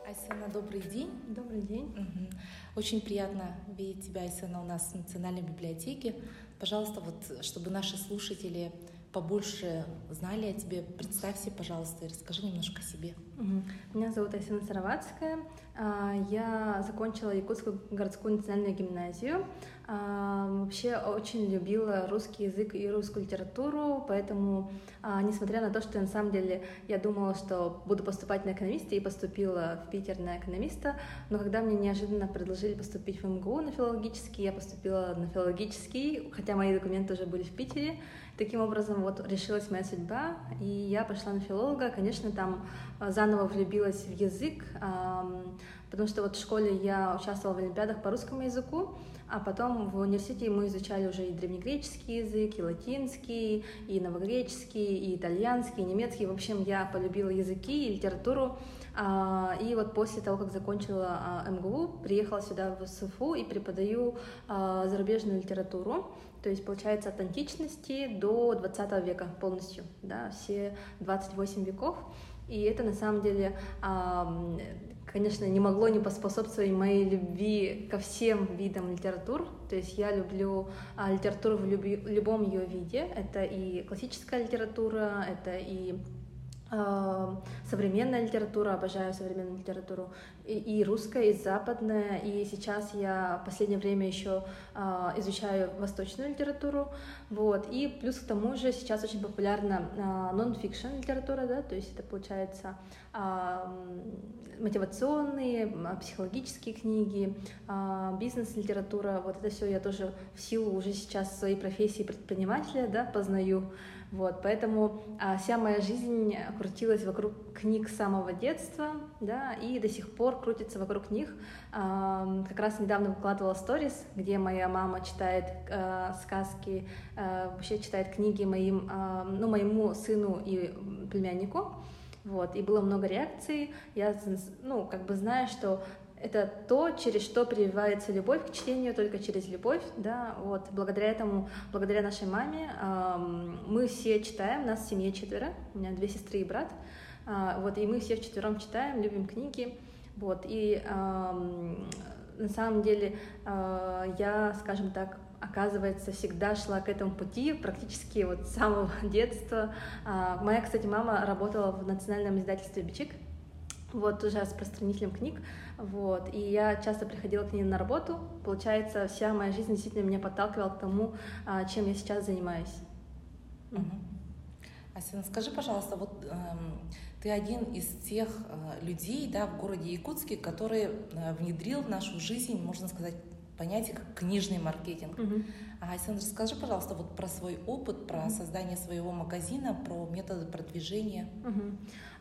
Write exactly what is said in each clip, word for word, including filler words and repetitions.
Айсена, добрый день. Добрый день. Угу. Очень приятно видеть тебя, Айсена, у нас в Национальной библиотеке. Пожалуйста, вот, чтобы наши слушатели побольше знали о тебе, представься, пожалуйста, и расскажи немножко о себе. Угу. Меня зовут Айсена Сараватская. Я закончила Якутскую городскую национальную гимназию. Вообще очень любила русский язык и русскую литературу, поэтому, несмотря на то, что на самом деле я думала, что буду поступать на экономиста, и поступила в Питер на экономиста, но когда мне неожиданно предложили поступить в эм гэ у на филологический, я поступила на филологический, хотя мои документы уже были в Питере. Таким образом, вот решилась моя судьба, и я пошла на филолога. Конечно, там заново влюбилась в язык, потому что вот в школе я участвовала в олимпиадах по русскому языку, а потом в университете мы изучали уже и древнегреческий язык, и латинский, и новогреческий, и итальянский, и немецкий. В общем, я полюбила языки и литературу. И вот после того, как закончила эм гэ у, приехала сюда в эс эф у и преподаю зарубежную литературу. То есть, получается, от античности до двадцатого века полностью, да, все двадцать восемь веков. И это, на самом деле, конечно, не могло не поспособствовать моей любви ко всем видам литератур. То есть я люблю литературу в любом ее виде. Это и классическая литература, это и современная литература, обожаю современную литературу, и, и русская, и западная, и сейчас я в последнее время еще э, изучаю восточную литературу, вот, и плюс к тому же сейчас очень популярна э, нон-фикшн литература, да, то есть это получается э, мотивационные, психологические книги, э, бизнес-литература, вот это все я тоже в силу уже сейчас своей профессии предпринимателя, да, познаю. Вот, поэтому а, вся моя жизнь крутилась вокруг книг с самого детства, да, и до сих пор крутится вокруг них. А, как раз недавно выкладывала сторис, где моя мама читает а, сказки, а, вообще читает книги моим, а, ну, моему сыну и племяннику. Вот, и было много реакций. Я, ну, как бы знаю, что это то, через что прививается любовь к чтению, только через любовь, да, вот, благодаря этому, благодаря нашей маме эм, мы все читаем, нас в семье четверо, у меня две сестры и брат, э, вот, и мы все вчетвером читаем, любим книги, вот, и эм, на самом деле э, я, скажем так, оказывается, всегда шла к этому пути, практически вот с самого детства. Э, моя, кстати, мама работала в национальном издательстве «Бичик», вот, тоже распространителем книг, вот, и я часто приходила к ней на работу, получается, вся моя жизнь действительно меня подталкивала к тому, чем я сейчас занимаюсь. Угу. Асина, скажи, пожалуйста, вот эм, ты один из тех э, людей, да, в городе Якутске, который э, внедрил в нашу жизнь, можно сказать, понятие как книжный маркетинг. Uh-huh. Айсен, расскажи, пожалуйста, вот про свой опыт, про uh-huh. создание своего магазина, про методы продвижения. Uh-huh.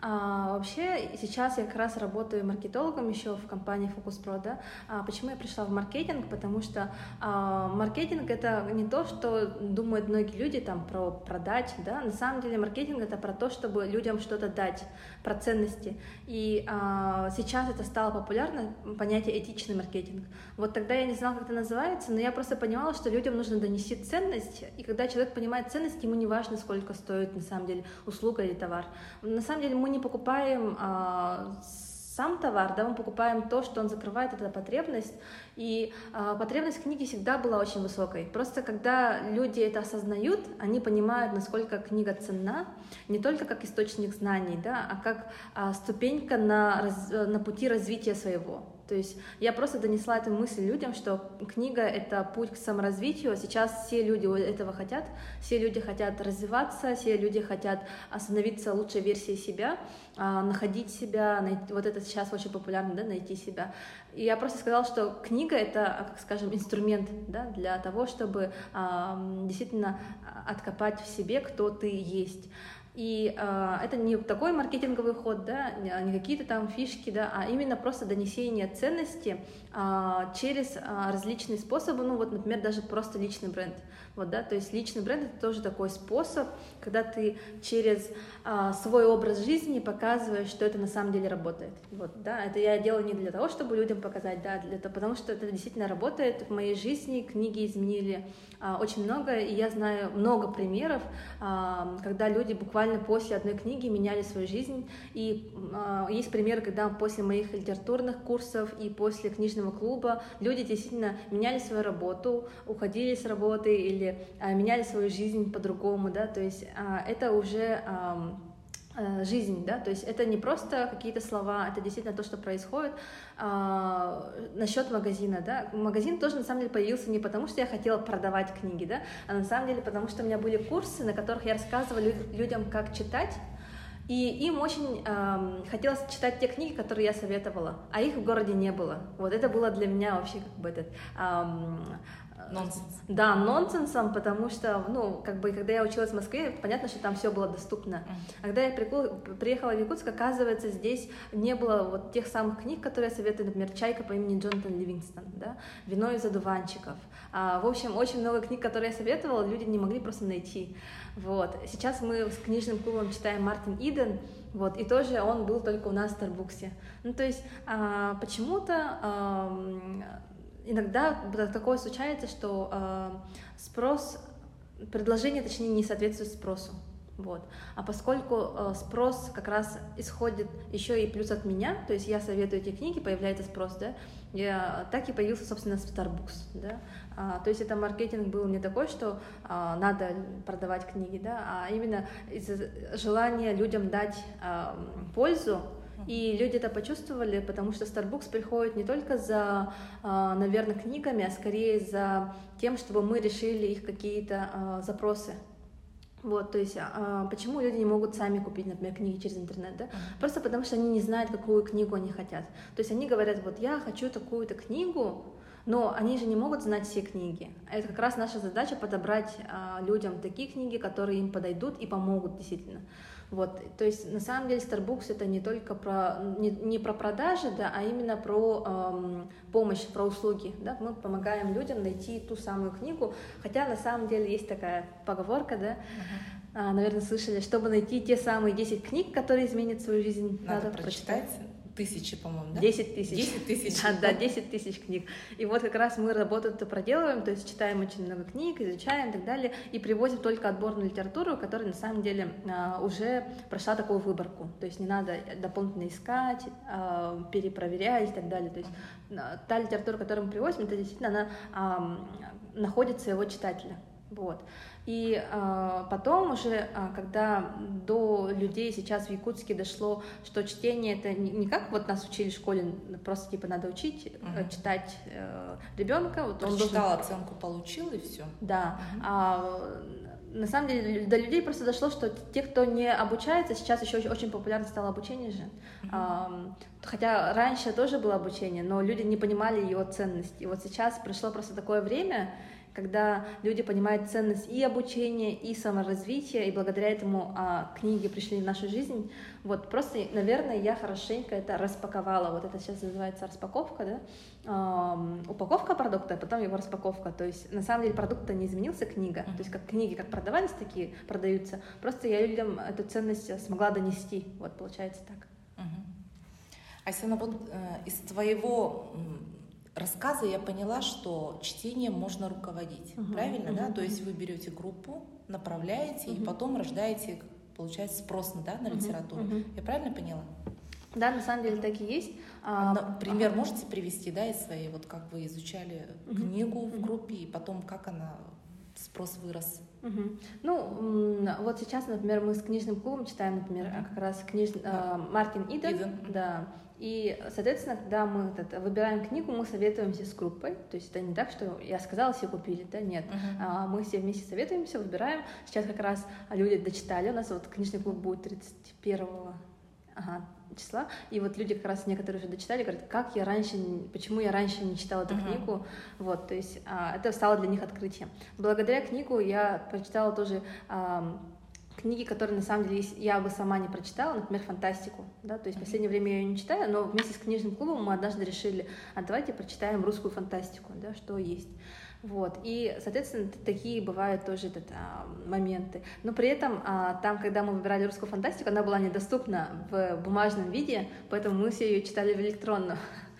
А, вообще, сейчас я как раз работаю маркетологом еще в компании FocusPro, да. А, почему я пришла в маркетинг? Потому что а, маркетинг — это не то, что думают многие люди там про продать, да. На самом деле маркетинг — это про то, чтобы людям что-то дать, про ценности. И а, сейчас это стало популярно, понятие этичный маркетинг. Вот тогда я не знала, как это называется, но я просто понимала, что людям нужно донести ценность, и когда человек понимает ценность, ему не важно, сколько стоит на самом деле услуга или товар. На самом деле мы не покупаем а, сам товар, да, мы покупаем то, что он закрывает, это потребность, и а, потребность книги всегда была очень высокой. Просто когда люди это осознают, они понимают, насколько книга ценна, не только как источник знаний, да, а как а, ступенька на, раз, на пути развития своего. То есть я просто донесла эту мысль людям, что книга — это путь к саморазвитию. Сейчас все люди этого хотят, все люди хотят развиваться, все люди хотят становиться лучшей версией себя, находить себя, найти, вот это сейчас очень популярно, да, найти себя. И я просто сказала, что книга — это, как скажем, инструмент, да, для того, чтобы действительно откопать в себе, кто ты есть. И э, это не такой маркетинговый ход, да, не какие-то там фишки, да, а именно просто донесение ценности э, через э, различные способы, ну вот, например, даже просто личный бренд. Вот, да, то есть личный бренд — это тоже такой способ, когда ты через э, свой образ жизни показываешь, что это на самом деле работает. Вот, да, это я делаю не для того, чтобы людям показать, да, для того, потому что это действительно работает. В моей жизни книги изменили э, очень много, и я знаю много примеров, э, когда люди буквально буквально после одной книги меняли свою жизнь. И э, есть примеры, когда после моих литературных курсов и после книжного клуба люди действительно меняли свою работу, уходили с работы или э, меняли свою жизнь по-другому, да, то есть э, это уже э, жизнь, да, то есть это не просто какие-то слова, это действительно то, что происходит. А, насчет магазина, да, магазин тоже на самом деле появился не потому, что я хотела продавать книги, да, а на самом деле потому, что у меня были курсы, на которых я рассказывала лю- людям, как читать, и им очень эм, хотелось читать те книги, которые я советовала, а их в городе не было. Вот это было для меня вообще как бы этот... Эм, Нонсенс. Да, нонсенсом, потому что, ну, как бы, когда я училась в Москве, понятно, что там все было доступно. А когда я приехала в Якутск, оказывается, здесь не было вот тех самых книг, которые я советую, например, «Чайка» по имени Джонатан Ливингстон, да, «Вино из одуванчиков». А, в общем, очень много книг, которые я советовала, люди не могли просто найти. Вот. Сейчас мы с книжным клубом читаем Мартин Иден, вот, и тоже он был только у нас в Старбуксе. Ну, то есть а, почему-то... А, иногда такое случается, что э, спрос, предложение, точнее, не соответствует спросу. Вот. А поскольку э, спрос как раз исходит еще и плюс от меня, то есть я советую эти книги, появляется спрос, да, я, так и появился, собственно, Starbucks, да. А, то есть это маркетинг был не такой, что а, надо продавать книги, да, а именно из-за желания людям дать а, пользу. И люди это почувствовали, потому что Starbucks приходит не только за, наверное, книгами, а скорее за тем, чтобы мы решили их какие-то запросы. Вот, то есть, почему люди не могут сами купить, например, книги через интернет, да? Просто потому что они не знают, какую книгу они хотят. То есть они говорят, вот я хочу такую-то книгу, но они же не могут знать все книги. Это как раз наша задача подобрать людям такие книги, которые им подойдут и помогут действительно. Вот, то есть на самом деле Starbucks это не только про не, не про продажи, да, а именно про эм, помощь, про услуги, да, мы помогаем людям найти ту самую книгу, хотя на самом деле есть такая поговорка, да, uh-huh. а, наверное, слышали, чтобы найти те самые десять книг, которые изменят свою жизнь, надо, надо прочитать. Тысячи, по-моему, да? Десять тысяч. Десять тысяч. Да, да, десять тысяч книг. И вот как раз мы работу-то проделываем, то есть читаем очень много книг, изучаем и так далее, и привозим только отборную литературу, которая на самом деле а, уже прошла такую выборку. То есть не надо дополнительно искать, а, перепроверять и так далее. То есть а, та литература, которую мы привозим, это действительно она а, находит своего читателя. Вот. И э, потом уже, э, когда до людей сейчас в Якутске дошло, что чтение это не, не как вот нас учили в школе, просто типа надо учить, uh-huh. читать э, ребенка. Вот он должен... оценку получил и все. Да. Uh-huh. А, на самом деле до людей просто дошло, что те, кто не обучается, сейчас еще очень популярно стало обучение же. Uh-huh. А, хотя раньше тоже было обучение, но люди не понимали его ценность. И вот сейчас пришло просто такое время, когда люди понимают ценность и обучения, и саморазвития, и благодаря этому а, книги пришли в нашу жизнь. Вот просто, наверное, я хорошенько это распаковала. Вот это сейчас называется распаковка, да? А, упаковка продукта, а потом его распаковка. То есть на самом деле продукт-то не изменился, книга. Mm-hmm. То есть как книги как продавались, такие продаются. Просто я людям эту ценность смогла донести. Вот получается так. Mm-hmm. Айсена, вот э, из твоего рассказа я поняла, что чтением можно руководить, uh-huh, правильно, uh-huh, да? То есть вы берете группу, направляете uh-huh. и потом рождаете, получается, спрос да, на литературу. Uh-huh. Я правильно поняла? Да, на самом деле так и есть. А, Например, а... можете привести, да, из своей, вот как вы изучали uh-huh. книгу в группе, и потом как она, спрос вырос? Uh-huh. Ну, вот сейчас, например, мы с книжным клубом читаем, например, uh-huh. как раз книж... uh-huh. Мартин Иден, uh-huh. да. И, соответственно, когда мы этот, выбираем книгу, мы советуемся с группой. То есть это не так, что я сказала, все купили, да, нет. Uh-huh. А, мы все вместе советуемся, выбираем. Сейчас как раз люди дочитали. У нас вот книжный клуб будет тридцать первого ага, числа. И вот люди как раз некоторые уже дочитали, говорят, как я раньше, почему я раньше не читала эту uh-huh. книгу. Вот, то есть а, это стало для них открытием. Благодаря книгу я прочитала тоже... А, книги, которые на самом деле я бы сама не прочитала, например, фантастику, да, то есть в последнее время я ее не читаю, но вместе с книжным клубом мы однажды решили, а давайте прочитаем русскую фантастику, да, что есть. Вот, и, соответственно, такие бывают тоже этот, а, моменты. Но при этом а, там, когда мы выбирали русскую фантастику, она была недоступна в бумажном виде, поэтому мы все ее читали в электронном.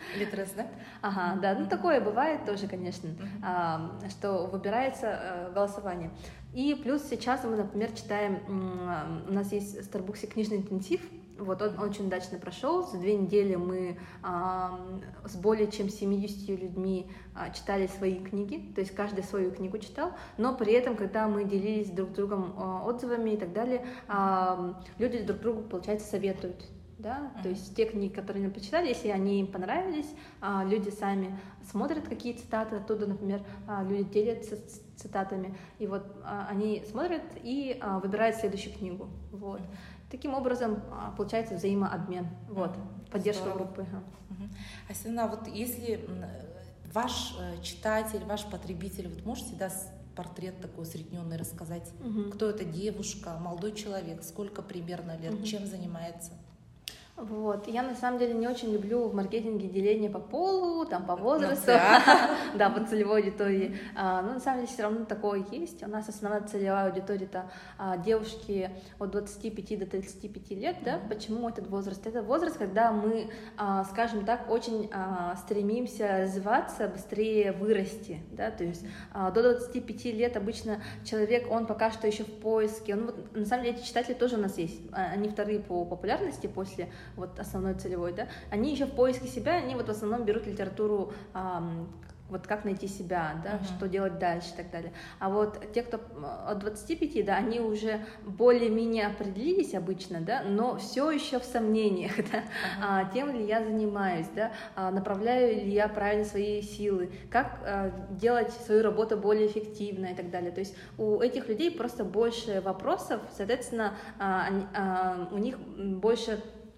Литрес, да? Ага, да, ну такое бывает тоже, конечно, а, что выбирается а, голосование. И плюс сейчас мы, например, читаем, у нас есть в Старбуксе книжный интенсив, вот он очень удачно прошел. За две недели мы а, с более чем семьюдесятью людьми а, читали свои книги, то есть каждый свою книгу читал, но при этом, когда мы делились друг с другом а, отзывами и так далее, а, люди друг другу, получается, советуют. Да? Mm-hmm. То есть те книги, которые мы прочитали, если они им понравились, а, люди сами смотрят какие цитаты оттуда, например, а, люди делятся цитатами, и вот а, они смотрят и а, выбирают следующую книгу. Вот. Mm-hmm. Таким образом а, получается взаимообмен, вот, mm-hmm. поддержка Здорово. Группы. Mm-hmm. Асина, вот если ваш читатель, ваш потребитель, вот можете, да, портрет такой усредненный рассказать, mm-hmm. кто это девушка, молодой человек, сколько примерно лет, mm-hmm. чем занимается? Вот. Я на самом деле не очень люблю в маркетинге деление по полу, там, по возрасту, да, по целевой аудитории. А, но на самом деле все равно такое есть. У нас основная целевая аудитория — это а, девушки от двадцати пяти до тридцати пяти лет. Да? Mm-hmm. Почему этот возраст? Это возраст, когда мы, а, скажем так, очень а, стремимся развиваться, быстрее вырасти. Да? То есть а, до двадцати пяти лет обычно человек, он пока что еще в поиске. Он, вот, на самом деле эти читатели тоже у нас есть. Они вторые по популярности после вот основной целевой, да, они еще в поиске себя, они вот в основном берут литературу, эм, вот как найти себя, да, uh-huh. что делать дальше и так далее. А вот те, кто от двадцати пяти, да, они уже более-менее определились обычно, да, но все еще в сомнениях, да, uh-huh. а, тем ли я занимаюсь, да, а, направляю ли я правильно свои силы, как а, делать свою работу более эффективно и так далее. То есть у этих людей просто больше вопросов, соответственно, а, они, а, у них больше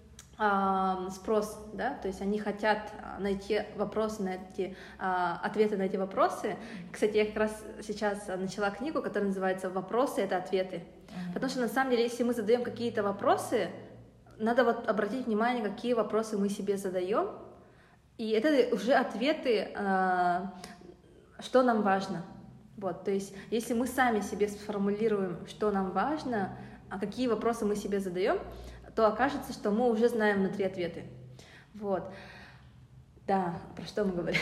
спрос, да, то есть они хотят найти вопросы на эти, ответы на эти вопросы. Кстати, я как раз сейчас начала книгу, которая называется «Вопросы — это ответы». Mm-hmm. Потому что на самом деле, если мы задаем какие-то вопросы, надо вот обратить внимание, какие вопросы мы себе задаем, и это уже ответы, что нам важно. Вот, то есть, если мы сами себе сформулируем, что нам важно, а какие вопросы мы себе задаем, то окажется, что мы уже знаем внутри ответы. Вот. Да, про что мы говорим?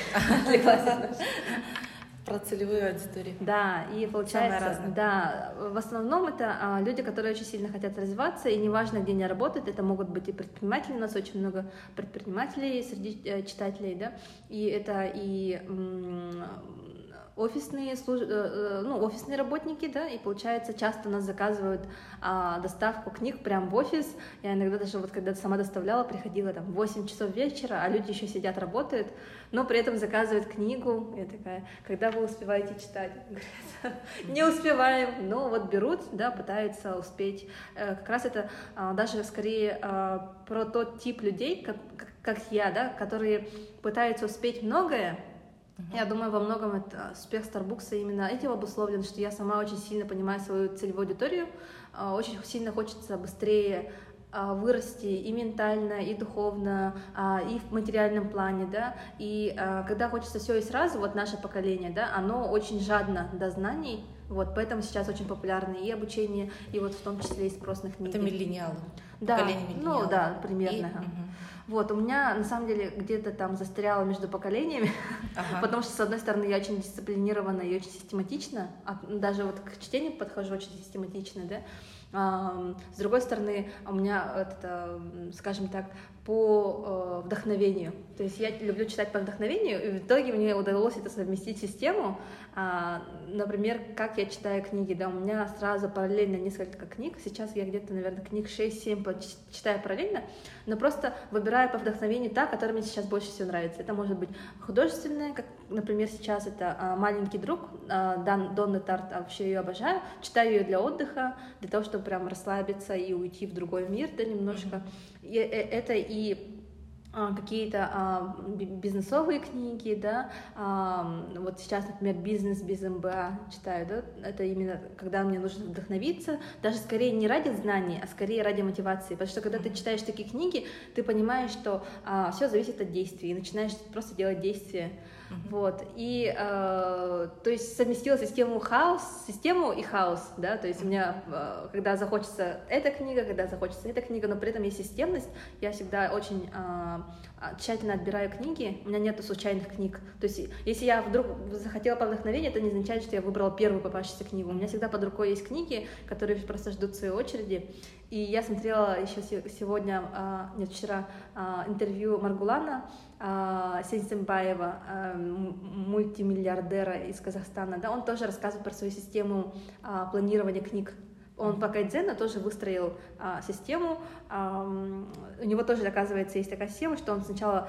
Про целевую аудиторию. Да, и получается, да, в основном это а, люди, которые очень сильно хотят развиваться, и неважно, где они работают, это могут быть и предприниматели, у нас очень много предпринимателей среди э, читателей, да, и это и м- офисные, служ... ну, офисные работники, да, и получается, часто нас заказывают а, доставку книг прямо в офис. Я иногда даже вот когда сама доставляла, приходила там в восемь часов вечера, а люди еще сидят, работают, но при этом заказывают книгу. Я такая: когда вы успеваете читать? Говорят, не успеваем, но вот берут, да, пытаются успеть. Как раз это а, даже скорее а, про тот тип людей, как, как я, да, которые пытаются успеть многое. Uh-huh. Я думаю, во многом это успех Старбукса именно этим обусловлен, что я сама очень сильно понимаю свою целевую аудиторию, очень сильно хочется быстрее вырасти и ментально, и духовно, и в материальном плане, да, и когда хочется все и сразу, вот наше поколение, да, оно очень жадно до знаний, вот, поэтому сейчас очень популярны и обучение, и вот в том числе и спрос на книги. Это миллениалы. Да, ну да, примерно. И, угу. Вот, у меня, на самом деле, где-то там застряло между поколениями, ага. потому что, с одной стороны, я очень дисциплинирована и очень систематична, даже вот к чтению подхожу очень систематично, да, а, с другой стороны, у меня, это, скажем так, по э, вдохновению, то есть я люблю читать по вдохновению, и в итоге мне удалось это совместить в систему, а, например, как я читаю книги, да, у меня сразу параллельно несколько книг, сейчас я где-то, наверное, книг шесть-семь читаю параллельно, но просто выбираю по вдохновению та, которая мне сейчас больше всего нравится. Это может быть художественная, как, например, сейчас это а, «Маленький друг», а, Дан, Донны Тарт, а вообще ее обожаю, читаю ее для отдыха, для того, чтобы прям расслабиться и уйти в другой мир, да, немножко. Mm-hmm. И, это и какие-то а, бизнесовые книги, да, а, вот сейчас, например, бизнес без эм бэ а читаю, да, это именно когда мне нужно вдохновиться, даже скорее не ради знаний, а скорее ради мотивации, потому что когда ты читаешь такие книги, ты понимаешь, что а, все зависит от действий, и начинаешь просто делать действия. Uh-huh. Вот, и, э, то есть, совместила систему хаос, систему и хаос, да, то есть, uh-huh. у меня, э, когда захочется эта книга, когда захочется эта книга, но при этом есть системность, я всегда очень э, тщательно отбираю книги, у меня нету случайных книг, то есть, если я вдруг захотела по вдохновению, это не означает, что я выбрала первую попавшуюся книгу, у меня всегда под рукой есть книги, которые просто ждут своей очереди. И я смотрела еще сегодня, нет, вчера, интервью Маргулана Сенсембаева, мультимиллиардера из Казахстана. Да, он тоже рассказывает про свою систему планирования книг. Он по Кайдзену тоже выстроил систему. У него тоже, оказывается, есть такая система, что он сначала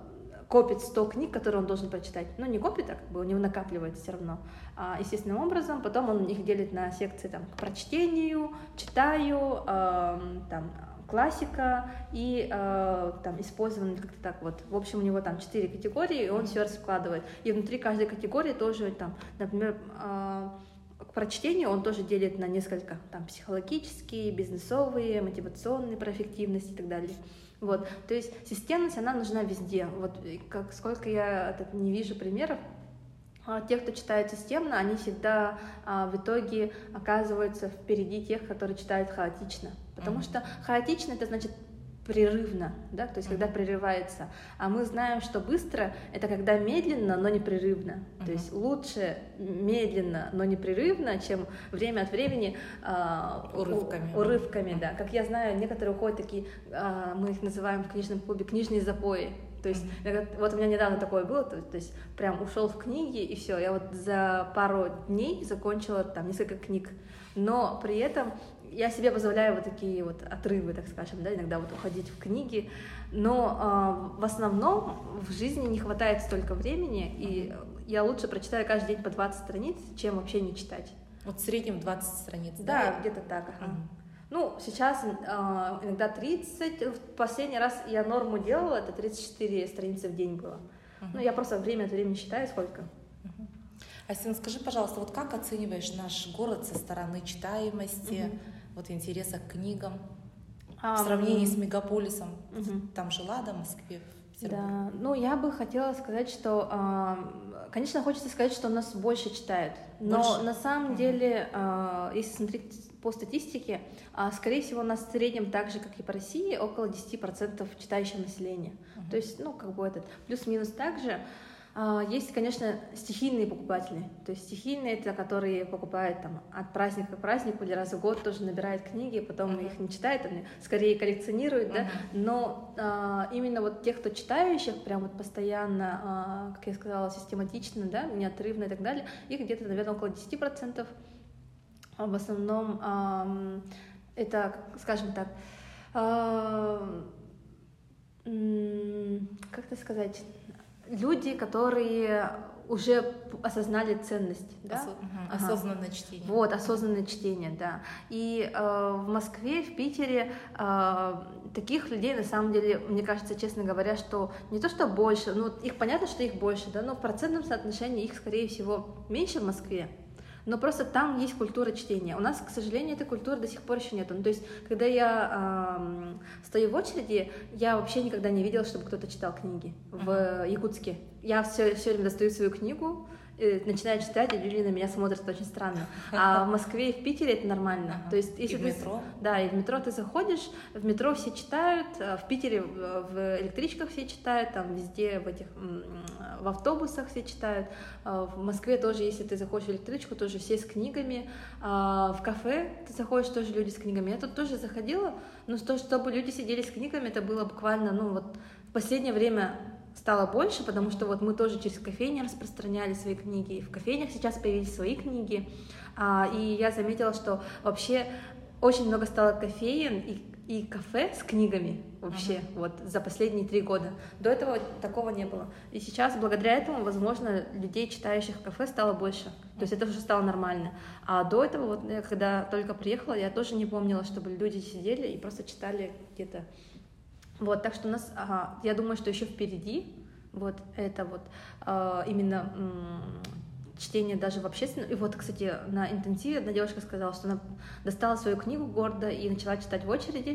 копит сто книг, которые он должен прочитать. Ну, не копит, а как бы у него накапливается все равно а, естественным образом. Потом он их делит на секции там, к прочтению, читаю, э, там, классика и э, там, использование как-то так вот. В общем, у него там четыре категории, и он все раскладывает. И внутри каждой категории тоже, там, например, э, к прочтению он тоже делит на несколько, там, психологические, бизнесовые, мотивационные, про эффективность и так далее. Вот, то есть системность, она нужна везде. Вот как, сколько я это, не вижу примеров, те, кто читает системно, они всегда а, в итоге оказываются впереди тех, которые читают хаотично. Потому mm-hmm. что хаотично — это значит прерывно, да, то есть mm-hmm. когда прерывается. А мы знаем, что быстро — это когда медленно, но непрерывно. Mm-hmm. То есть лучше медленно, но непрерывно, чем время от времени а, урывками. У, урывками, mm-hmm. да. Как я знаю, некоторые уходят такие, а, мы их называем в книжном клубе книжные запои. То есть, mm-hmm. вот у меня недавно такое было, то, то есть прям ушел в книги, и все, я вот за пару дней закончила там несколько книг, но при этом я себе позволяю вот такие вот отрывы, так скажем, да, иногда вот уходить в книги, но э, в основном в жизни не хватает столько времени, и я лучше прочитаю каждый день по двадцать страниц, чем вообще не читать. Вот в среднем двадцать страниц, да? Да, где-то так, ага. Mm-hmm. Ну, сейчас э, иногда тридцать, в последний раз я норму делала, это тридцать четыре страницы в день было. Uh-huh. Ну, я просто время от времени считаю, сколько. Uh-huh. Асина, скажи, пожалуйста, вот как оцениваешь наш город со стороны читаемости, uh-huh. вот интереса к книгам, um, в сравнении с мегаполисом? Uh-huh. Там жила, да, в Москве? В да, ну, я бы хотела сказать, что, э, конечно, хочется сказать, что нас больше читают, но больше? на самом uh-huh. деле, э, если смотреть по статистике, скорее всего, у нас в среднем, так же, как и по России, около десять процентов читающего населения. Uh-huh. То есть, ну, как бы этот плюс-минус также. Есть, конечно, стихийные покупатели. То есть стихийные — это которые покупают там, от праздника к празднику или раз в год, тоже набирают книги, потом uh-huh. их не читают, они скорее коллекционируют, uh-huh. да. Но а, именно вот тех, кто читающих, прям вот постоянно, а, как я сказала, систематично, да, неотрывно и так далее, их где-то, наверное, около десять процентов. В основном э, это, скажем так, э, э, как это сказать, люди, которые уже осознали ценность, да? Осо- угу. ага. Осознанное чтение. Вот, осознанное чтение, да. И э, в Москве, в Питере э, таких людей, на самом деле, мне кажется, честно говоря, что не то, что больше, ну, их понятно, что их больше, да, но в процентном соотношении их, скорее всего, меньше в Москве. Но просто там есть культура чтения. У нас, к сожалению, этой культуры до сих пор еще нет. Ну, то есть, когда я э, стою в очереди, я вообще никогда не видела, чтобы кто-то читал книги в Якутске. Я все, все время достаю свою книгу, начинаю читать, и люди на меня смотрят очень странно. А в Москве и в Питере это нормально. Ага. То есть, если и в ты, метро? Да, и в метро ты заходишь, в метро все читают, в Питере в электричках все читают, там везде в этих в автобусах все читают. В Москве тоже, если ты заходишь в электричку, тоже все с книгами. В кафе ты заходишь, тоже люди с книгами. Я тут тоже заходила, но то, чтобы люди сидели с книгами, это было буквально, ну вот в последнее время стало больше, потому что вот мы тоже через кофейни распространяли свои книги, и в кофейнях сейчас появились свои книги, а, и я заметила, что вообще очень много стало кофеен и, и кафе с книгами вообще uh-huh. вот за последние три года. До этого такого не было. И сейчас благодаря этому, возможно, людей, читающих в кафе, стало больше. То есть это уже стало нормально. А до этого, вот я когда только приехала, я тоже не помнила, чтобы люди сидели и просто читали где-то. Вот, так что у нас, ага, я думаю, что еще впереди вот это вот э, именно м, чтение даже в общественном. И вот, кстати, на интенсиве одна девушка сказала, что она достала свою книгу гордо и начала читать в очереди.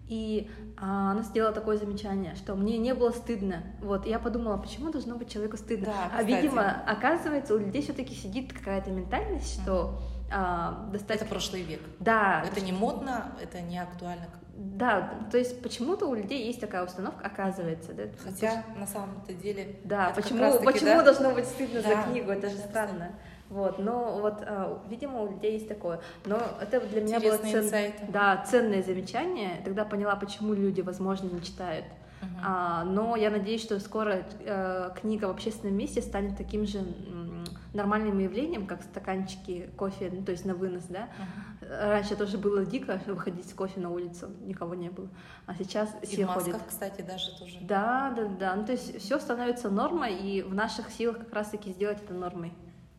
И а, она сделала такое замечание, что мне не было стыдно. Вот, и я подумала, почему должно быть человеку стыдно? Да, а, видимо, оказывается, у людей все-таки сидит какая-то ментальность, что а, достать... Это прошлый век. Да. Это не модно, это не актуально. Да, то есть почему-то у людей есть такая установка, оказывается. Да? Хотя на самом-то деле... Да, почему, почему да? должно быть стыдно да, за книгу? Это же странно. Кстати. Вот, но вот, видимо, у людей есть такое. Но это для меня было цен... да, ценное замечание. Тогда поняла, почему люди, возможно, не читают. Uh-huh. А, но я надеюсь, что скоро э, книга в общественном месте станет таким же м, нормальным явлением, как стаканчики кофе, ну, то есть на вынос, да. Uh-huh. Раньше тоже было дико выходить с кофе на улицу, никого не было. А сейчас и все в масках, ходят. Кстати, даже тоже. Да, да, да. Ну, то есть все становится нормой, и в наших силах как раз-таки сделать это нормой.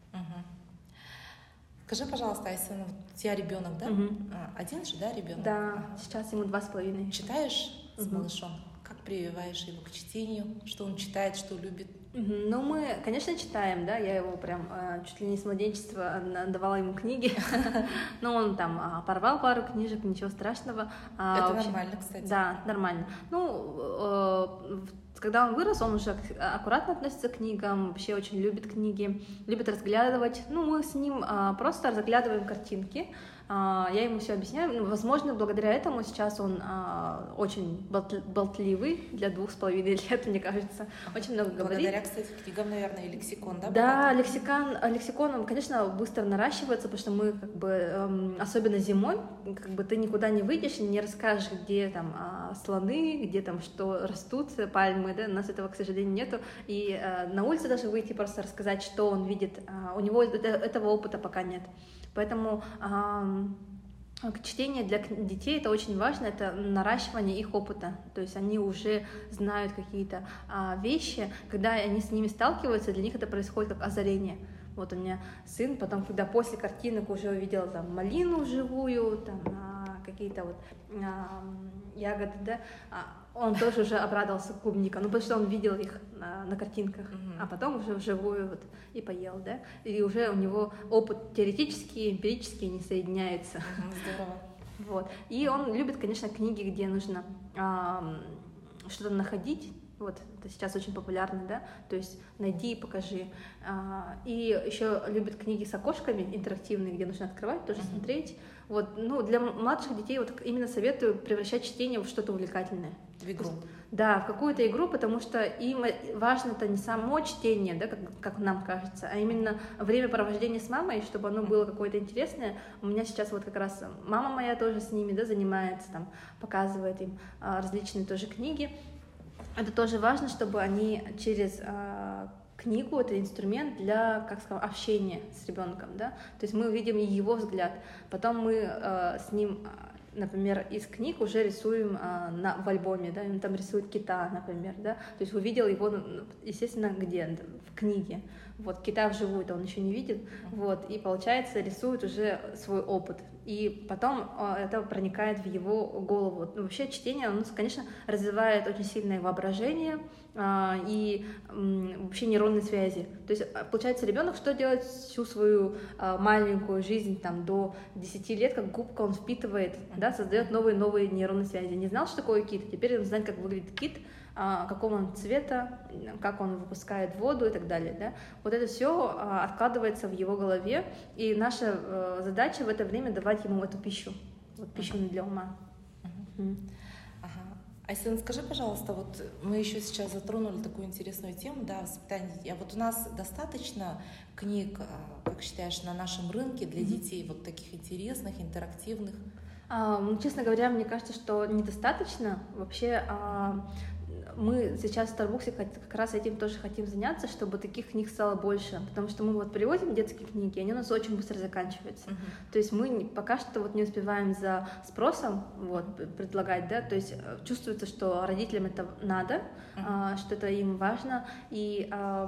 Скажи, пожалуйста, Айсен, у тебя ребенок, да? Угу. Один же, да, ребенок? Да, сейчас ему два с половиной. Читаешь с угу. малышом? Как прививаешь его к чтению? Что он читает, что любит? Угу. Ну, мы, конечно, читаем, да, я его прям чуть ли не с младенчества давала ему книги, но он там порвал пару книжек, ничего страшного. Это нормально, кстати. Да, нормально. Ну, когда он вырос, он уже аккуратно относится к книгам, вообще очень любит книги, любит разглядывать. Ну, мы с ним а, просто разглядываем картинки, а, я ему все объясняю. Ну, возможно, благодаря этому сейчас он а, очень болтливый для двух с половиной лет, мне кажется, очень много говорит. Благодаря, кстати, книгам, наверное, и лексикон, да? Да, лексикон, лексикон, он, конечно, быстро наращивается, потому что мы, как бы, эм, особенно зимой, как бы ты никуда не выйдешь и не расскажешь, где там а, слоны, где там что растут, пальмы, да, у нас этого, к сожалению, нету, и э, на улице даже выйти просто рассказать, что он видит, а, у него это, этого опыта пока нет, поэтому а, чтение для детей это очень важно, это наращивание их опыта, то есть они уже знают какие-то а, вещи, когда они с ними сталкиваются, для них это происходит как озарение. Вот у меня сын, потом, когда после картинок уже увидел там малину живую, там а, какие-то вот а, ягоды, да, а, он тоже уже обрадовался клубникам, ну потому что он видел их на, на картинках, mm-hmm. а потом уже вживую вот и поел, да, и уже у него опыт теоретический, эмпирический не соединяется. Mm-hmm, здорово. Вот. И он любит, конечно, книги, где нужно а, что-то находить. Вот, это сейчас очень популярно, да, то есть найди и покажи. А, и еще любит книги с окошками интерактивные, где нужно открывать, тоже mm-hmm. смотреть. Вот, ну, для младших детей вот именно советую превращать чтение в что-то увлекательное. В игру. Да, в какую-то игру, потому что им важно-то не само чтение, да, как, как нам кажется, а именно время провождения с мамой, чтобы оно было какое-то интересное. У меня сейчас вот как раз мама моя тоже с ними, да, занимается, там, показывает им а, различные тоже книги. Это тоже важно, чтобы они через а, книгу, это инструмент для, как сказать, общения с ребенком, да, то есть мы увидим его взгляд, потом мы а, с ним, например, из книг уже рисуем а, на, в альбоме, да, он там рисует кита, например, да, то есть увидел его, естественно, где? В книге, вот, кита вживую-то он еще не видит, вот, и, получается, рисует уже свой опыт, и потом а, это проникает в его голову. Ну, вообще чтение, оно, конечно, развивает очень сильное воображение а, и м, вообще нейронные связи. То есть, получается, ребенок что делает всю свою а, маленькую жизнь, там, до десяти лет, как губка он впитывает, да, создает новые-новые нейронные связи. Не знал, что такое кит, теперь он знает, как выглядит кит, а, какого он цвета, как он выпускает воду и так далее, да? Вот это все а, откладывается в его голове, и наша а, задача в это время давать ему эту пищу, вот пищу uh-huh. для ума. Uh-huh. Mm. Ага. Айсен, скажи, пожалуйста, вот мы еще сейчас затронули такую интересную тему, да, воспитание детей. А вот у нас достаточно книг, как считаешь, на нашем рынке для uh-huh. детей, вот таких интересных, интерактивных? А, ну, честно говоря, мне кажется, что недостаточно. Вообще, а, мы сейчас в Старбуксе как раз этим тоже хотим заняться, чтобы таких книг стало больше, потому что мы вот привозим детские книги, и они у нас очень быстро заканчиваются. Uh-huh. То есть мы пока что вот не успеваем за спросом вот, предлагать, да, то есть чувствуется, что родителям это надо, uh-huh. что это им важно, и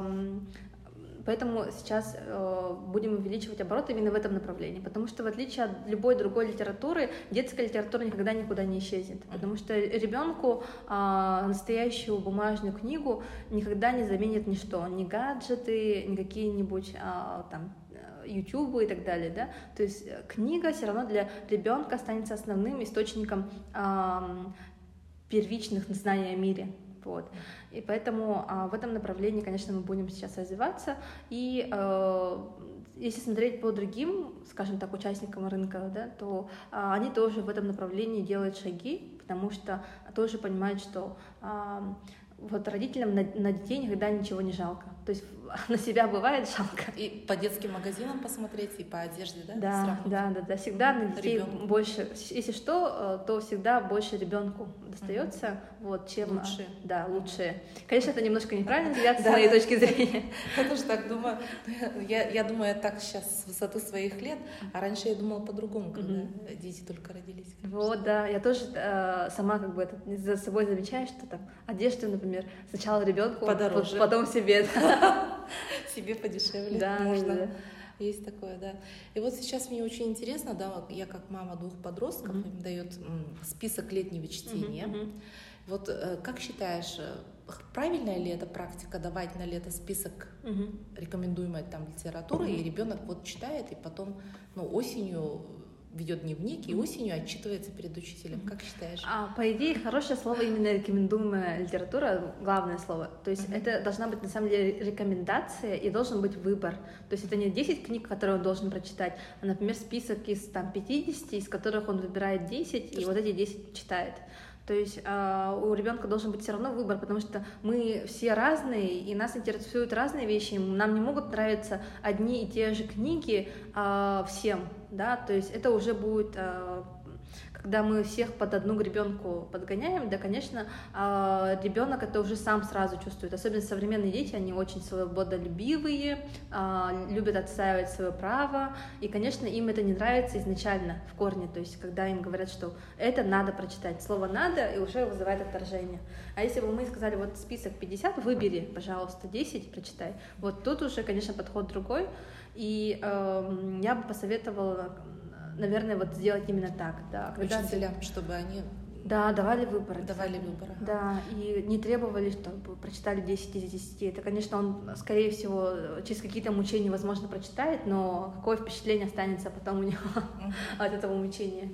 поэтому сейчас э, будем увеличивать обороты именно в этом направлении, потому что в отличие от любой другой литературы, детская литература никогда никуда не исчезнет, потому что ребенку э, настоящую бумажную книгу никогда не заменит ничто, ни гаджеты, ни какие-нибудь э, там YouTube и так далее, да, то есть книга все равно для ребенка останется основным источником э, первичных знаний о мире. Вот. И поэтому а, в этом направлении, конечно, мы будем сейчас развиваться. И э, если смотреть по другим, скажем так, участникам рынка, да, то а, они тоже в этом направлении делают шаги, потому что тоже понимают, что а, вот родителям на, на детей никогда ничего не жалко. То есть на себя бывает жалко. И по детским магазинам посмотреть, и по одежде, да? Да, да, да, да. Всегда на детей ребенку. Больше, если что, то всегда больше ребенку достается, mm-hmm. вот, чем лучшие. Да, лучшие. Конечно, это немножко неправильно взгляд с моей точки зрения. Я тоже так думаю. Я, я думаю, я так сейчас с высоты своих лет, а раньше я думала по-другому, когда mm-hmm. дети только родились. Конечно. Вот, да. Я тоже э, сама как бы это, за собой замечаю, что там одежду, например, сначала ребенку, подороже, потом себе. Себе подешевле. Да, можно. Да. Есть такое, да. И вот сейчас мне очень интересно, да, я как мама двух подростков, mm-hmm. им дает список летнего чтения. Mm-hmm. Вот как считаешь, правильная ли эта практика давать на лето список mm-hmm. рекомендуемой там литературы, mm-hmm. и ребенок вот читает, и потом, ну, осенью ведет дневник и осенью отчитывается перед учителем. Как считаешь? А, по идее, хорошее слово именно рекомендуемая литература, главное слово. То есть mm-hmm. это должна быть на самом деле рекомендация и должен быть выбор. То есть это не десять книг, которые он должен прочитать, а, например, список из там, пятидесяти, из которых он выбирает десять, и вот эти десять читает. То есть э, у ребенка должен быть все равно выбор, потому что мы все разные, и нас интересуют разные вещи. Нам не могут нравиться одни и те же книги э, всем, да, то есть это уже будет, э, когда мы всех под одну гребенку подгоняем, да, конечно, э, ребенок это уже сам сразу чувствует. Особенно современные дети, они очень свободолюбивые, э, любят отстаивать свое право, и, конечно, им это не нравится изначально в корне, то есть когда им говорят, что это надо прочитать, слово «надо» и уже вызывает отторжение. А если бы мы сказали, вот список пятьдесят, выбери, пожалуйста, десять, прочитай, вот тут уже, конечно, подход другой, и э, я бы посоветовала, наверное, вот сделать именно так, да. Когда учителям, чтобы они да, давали выбор. Давали выбор. Да, и не требовали, чтобы прочитали десять из десяти. Это, конечно, он, скорее всего, через какие-то мучения, возможно, прочитает, но какое впечатление останется потом у него uh-huh. от этого мучения.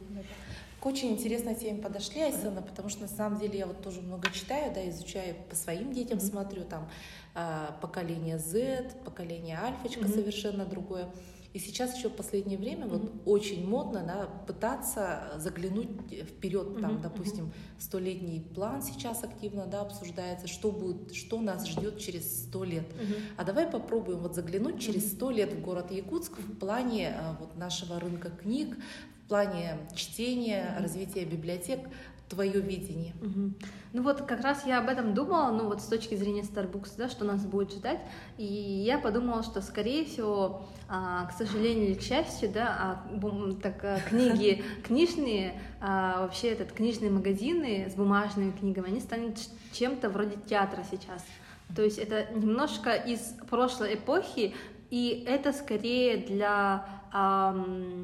К очень интересной теме подошли, Айсана, потому что на самом деле я вот тоже много читаю, да, изучаю по своим детям, mm-hmm. смотрю там поколение Z, поколение Альфочка mm-hmm. совершенно другое. И сейчас еще в последнее время mm-hmm. вот очень модно, да, пытаться заглянуть вперед, mm-hmm. там, допустим, столетний план сейчас активно, да, обсуждается, что будет, что нас ждет через сто лет. Mm-hmm. А давай попробуем вот заглянуть mm-hmm. через сто лет в город Якутск в плане вот нашего рынка книг, в плане чтения, mm-hmm. развития библиотек. Твое видение. Угу. Ну вот как раз я об этом думала, ну вот с точки зрения Starbucks, да, что нас будет ждать, и я подумала, что скорее всего, а, к сожалению или к счастью, да, а, бум, так, а, книги книжные, а, вообще этот книжные магазины с бумажными книгами, они станут чем-то вроде театра сейчас. То есть это немножко из прошлой эпохи, и это скорее для а,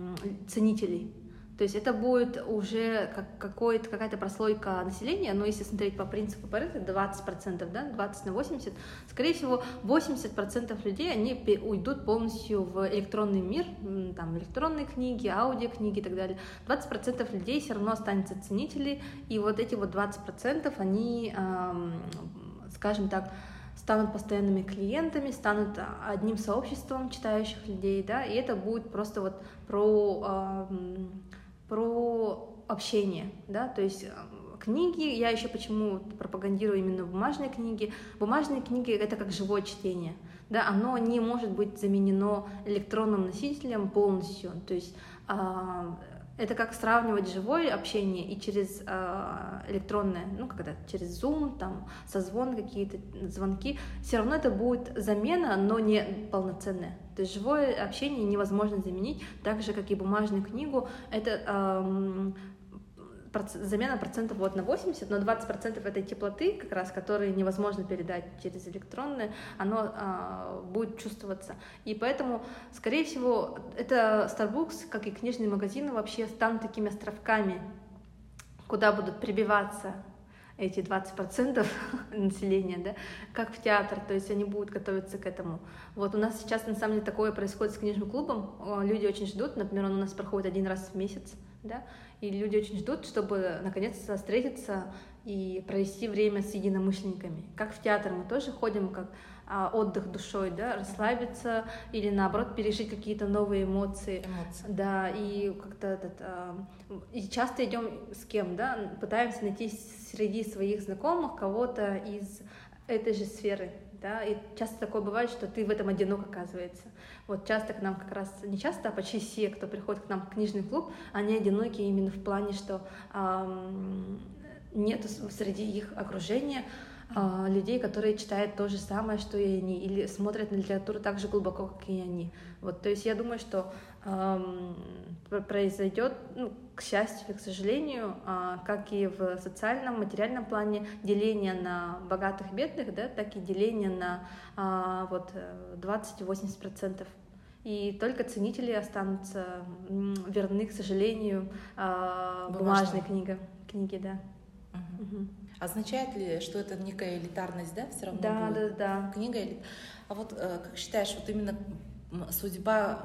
ценителей. То есть это будет уже как какой-то, какая-то прослойка населения, но если смотреть по принципу Парето, двадцать процентов, да, двадцать на восемьдесят, скорее всего, восемьдесят процентов людей, они уйдут полностью в электронный мир, там, электронные книги, аудиокниги и так далее. двадцать процентов людей все равно останутся ценители, и вот эти вот двадцать процентов, они, эм, скажем так, станут постоянными клиентами, станут одним сообществом читающих людей, да, и это будет просто вот про... Эм, про общение, да, то есть книги, я еще почему пропагандирую именно бумажные книги. Бумажные книги — это как живое чтение, да, оно не может быть заменено электронным носителем полностью, то есть а, это как сравнивать живое общение и через а, электронное, ну, когда через Zoom, там, созвон, какие-то звонки, все равно это будет замена, но не полноценная. То есть живое общение невозможно заменить, так же, как и бумажную книгу. Это эм, проц- замена процентов вот на восемьдесят, но двадцать процентов этой теплоты, как раз, которые невозможно передать через электронное, оно э, будет чувствоваться. И поэтому, скорее всего, это Starbucks, как и книжные магазины, вообще станут такими островками, куда будут прибиваться эти двадцать процентов населения, да, как в театр, то есть они будут готовиться к этому. Вот у нас сейчас на самом деле такое происходит с книжным клубом, люди очень ждут, например, он у нас проходит один раз в месяц, да, и люди очень ждут, чтобы наконец-то встретиться и провести время с единомышленниками. Как в театр мы тоже ходим, как а, отдых душой, да, расслабиться или наоборот пережить какие-то новые эмоции. Эмоции. Да, и как-то этот, а, и часто идем с кем, да, пытаемся найти среди своих знакомых кого-то из этой же сферы. Да, и часто такое бывает, что ты в этом одинок, оказывается. Вот часто к нам как раз, не часто, а почти все, кто приходит к нам в книжный клуб, они одиноки именно в плане, что эм, нет среди их окружения э, людей, которые читают то же самое, что и они, или смотрят на литературу так же глубоко, как и они. Вот, то есть я думаю, что эм, произойдет, ну, к счастью, к сожалению, э, как и в социальном, материальном плане, деление на богатых и бедных, да, так и деление на э, вот, двадцать-восемьдесят процентов. И только ценители останутся верны, к сожалению, э, бумажной книге, книге, да. Угу. Угу. Означает ли, что это некая элитарность, да, все равно да, будет? Да, да, Книга элит. А вот как считаешь, вот именно судьба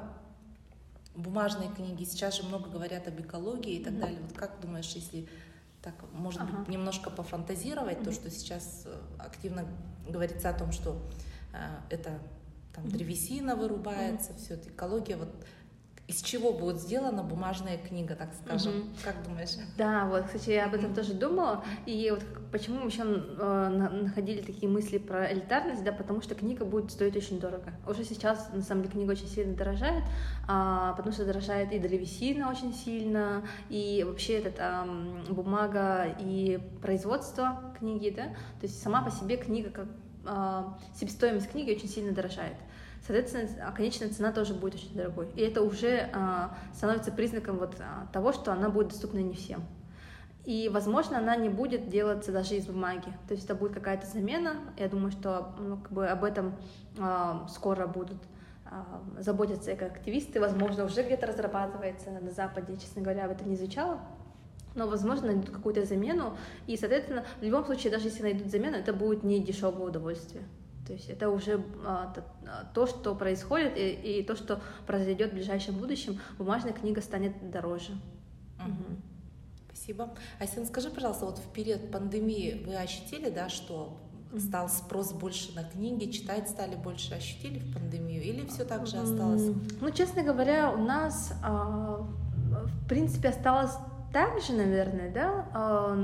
бумажной книги, сейчас же много говорят об экологии и так mm-hmm. далее. Вот как думаешь, если так, может ага. быть, немножко пофантазировать, mm-hmm. то, что сейчас активно говорится о том, что э, это там, mm-hmm. древесина вырубается, mm-hmm. все это экология, вот из чего будет сделана бумажная книга, так скажем? Mm-hmm. Как думаешь? Да, вот, кстати, я об этом mm-hmm. тоже думала. И вот почему мы еще э, находили такие мысли про элитарность, да, потому что книга будет стоить очень дорого. Уже сейчас, на самом деле, книга очень сильно дорожает, а, потому что дорожает и древесина очень сильно, и вообще этот, а, бумага и производство книги, да, то есть сама по себе книга, как а, себестоимость книги очень сильно дорожает. Соответственно, конечная цена тоже будет очень дорогой. И это уже а, становится признаком вот, а, того, что она будет доступна не всем. И, возможно, она не будет делаться даже из бумаги. То есть это будет какая-то замена. Я думаю, что ну, как бы об этом а, скоро будут а, заботиться экоактивисты. Возможно, уже где-то разрабатывается на Западе. Честно говоря, об этом не изучала. Но, возможно, найдут какую-то замену. И, соответственно, в любом случае, даже если найдут замену, это будет не дешевое удовольствие. То есть это уже а, то, что происходит, и, и то, что произойдет в ближайшем будущем. Бумажная книга станет дороже. Угу. Угу. Спасибо. Айсен, скажи, пожалуйста, вот в период пандемии вы ощутили, да, что угу. стал спрос больше на книги, читать стали больше, ощутили в пандемию, или все так же осталось? Ну, честно говоря, у нас, а, в принципе, осталось так же, наверное, да, а,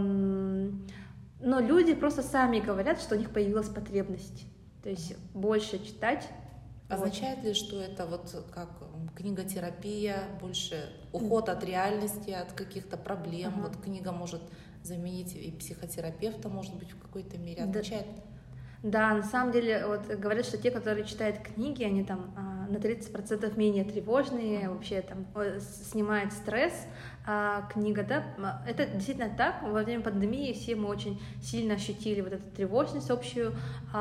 но люди просто сами говорят, что у них появилась потребность. То есть больше читать. Означает вот. ли, что это вот как книготерапия, больше уход от реальности, от каких-то проблем? Uh-huh. Вот книга может заменить и психотерапевта, может быть, в какой-то мере. Означает? Да, на самом деле, вот говорят, что те, которые читают книги, они там на тридцать процентов менее тревожные, uh-huh. вообще там снимает стресс. А книга, да, это действительно так. Во время пандемии все мы очень сильно ощутили вот эту тревожность общую.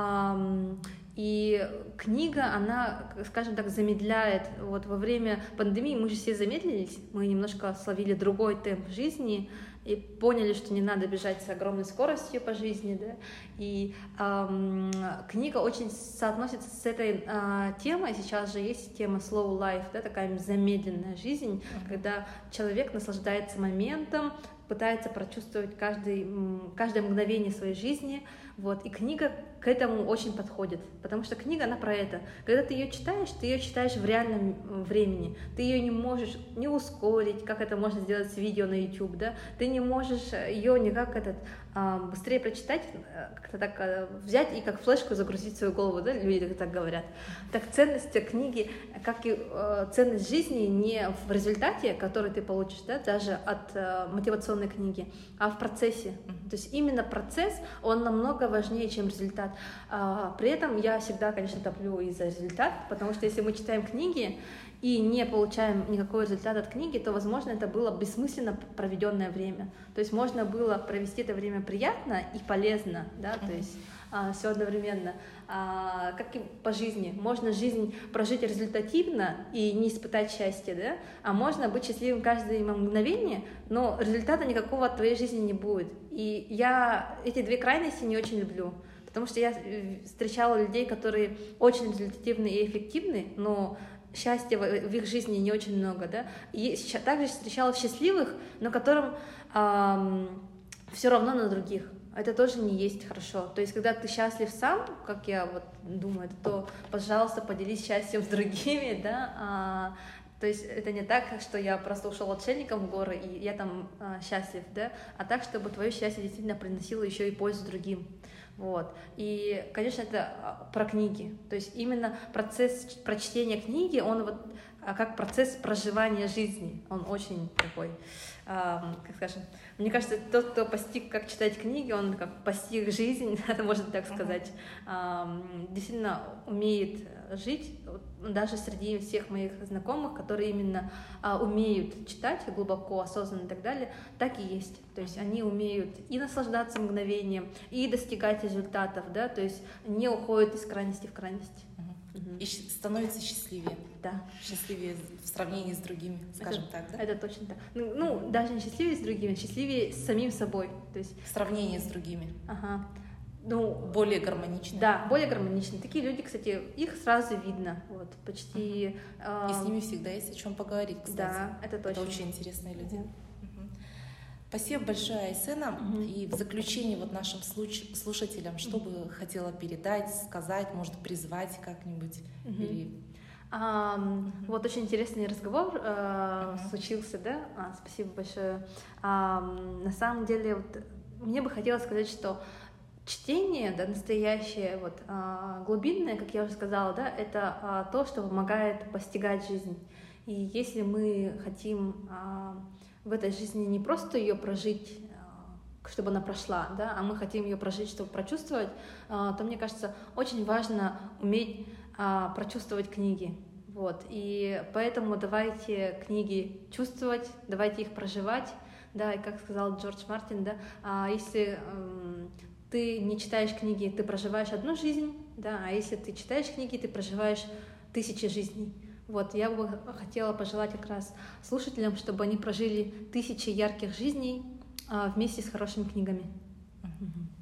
И книга, она, скажем так, замедляет. Вот во время пандемии мы же все замедлились, мы немножко словили другой темп жизни и поняли, что не надо бежать с огромной скоростью по жизни, да. И эм, книга очень соотносится с этой э, темой. Сейчас же есть тема slow life, да, такая замедленная жизнь, mm-hmm. когда человек наслаждается моментом, пытается прочувствовать каждый, каждое мгновение своей жизни. Вот. И книга к этому очень подходит, потому что книга, она про это. Когда ты ее читаешь, ты ее читаешь в реальном времени. Ты ее не можешь не ускорить, как это можно сделать с видео на YouTube, да? Ты не можешь ее никак этот, быстрее прочитать, как-то так взять и как флешку загрузить в свою голову, да? Люди так говорят. Так ценность книги, как и ценность жизни не в результате, который ты получишь, да, даже от мотивационной книги, а в процессе. То есть именно процесс, он намного важнее, чем результат. При этом я всегда, конечно, топлю и за результат, потому что если мы читаем книги и не получаем никакой результат от книги, то, возможно, это было бессмысленно проведенное время. То есть можно было провести это время приятно и полезно, да, то есть а, все одновременно. А, как и по жизни. Можно жизнь прожить результативно и не испытать счастья, да, а можно быть счастливым каждое мгновение, но результата никакого от твоей жизни не будет. И И я эти две крайности не очень люблю, потому что я встречала людей, которые очень результативны и эффективны, но счастья в их жизни не очень много, да. И также встречала счастливых, но которым эм, все равно на других. Это тоже не есть хорошо. То есть, когда ты счастлив сам, как я вот думаю, то, пожалуйста, поделись счастьем с другими, да. А, то есть это не так, что я просто ушел отшельником в горы и я там а, счастлив, да, а так, чтобы твое счастье действительно приносило еще и пользу другим. Вот. И, конечно, это про книги. То есть именно процесс прочтения книги, он вот как процесс проживания жизни. Он очень такой, эм, как скажем, мне кажется, тот, кто постиг, как читать книги, он как постиг жизнь, можно так сказать, эм, действительно умеет жить, даже среди всех моих знакомых, которые именно э, умеют читать глубоко, осознанно и так далее, так и есть. То есть они умеют и наслаждаться мгновением, и достигать результатов, да, то есть не уходят из крайности в крайность. И становится счастливее. Да. Счастливее в сравнении с другими, скажем это, так, да? Это точно так. Ну, ну, даже не счастливее с другими, счастливее с самим собой. То есть... В сравнении с другими. Ага. Ну, более гармоничны. Да, более гармоничны. Такие люди, кстати, их сразу видно. Вот, почти... Uh-huh. Э... И с ними всегда есть о чем поговорить, кстати. Да, это точно. Это очень интересные люди. Uh-huh. Uh-huh. Спасибо большое, Айсена. Uh-huh. И в заключение вот нашим слуш- слушателям, uh-huh. что бы хотела передать, сказать, может, призвать как-нибудь? Uh-huh. Или... А, uh-huh. Вот очень интересный разговор э, uh-huh. случился, да? А, спасибо большое. А, на самом деле, вот, мне бы хотелось сказать, что чтение, да, настоящее, вот, а, глубинное, как я уже сказала, да, это а, то, что помогает постигать жизнь. И если мы хотим а, в этой жизни не просто ее прожить, а, чтобы она прошла, да, а мы хотим ее прожить, чтобы прочувствовать, а, то, мне кажется, очень важно уметь а, прочувствовать книги. Вот. И поэтому давайте книги чувствовать, давайте их проживать. Да, и как сказал Джордж Мартин, да, а, если м, ты не читаешь книги, ты проживаешь одну жизнь, да, а если ты читаешь книги, ты проживаешь тысячи жизней. Вот, я бы хотела пожелать как раз слушателям, чтобы они прожили тысячи ярких жизней а, вместе с хорошими книгами.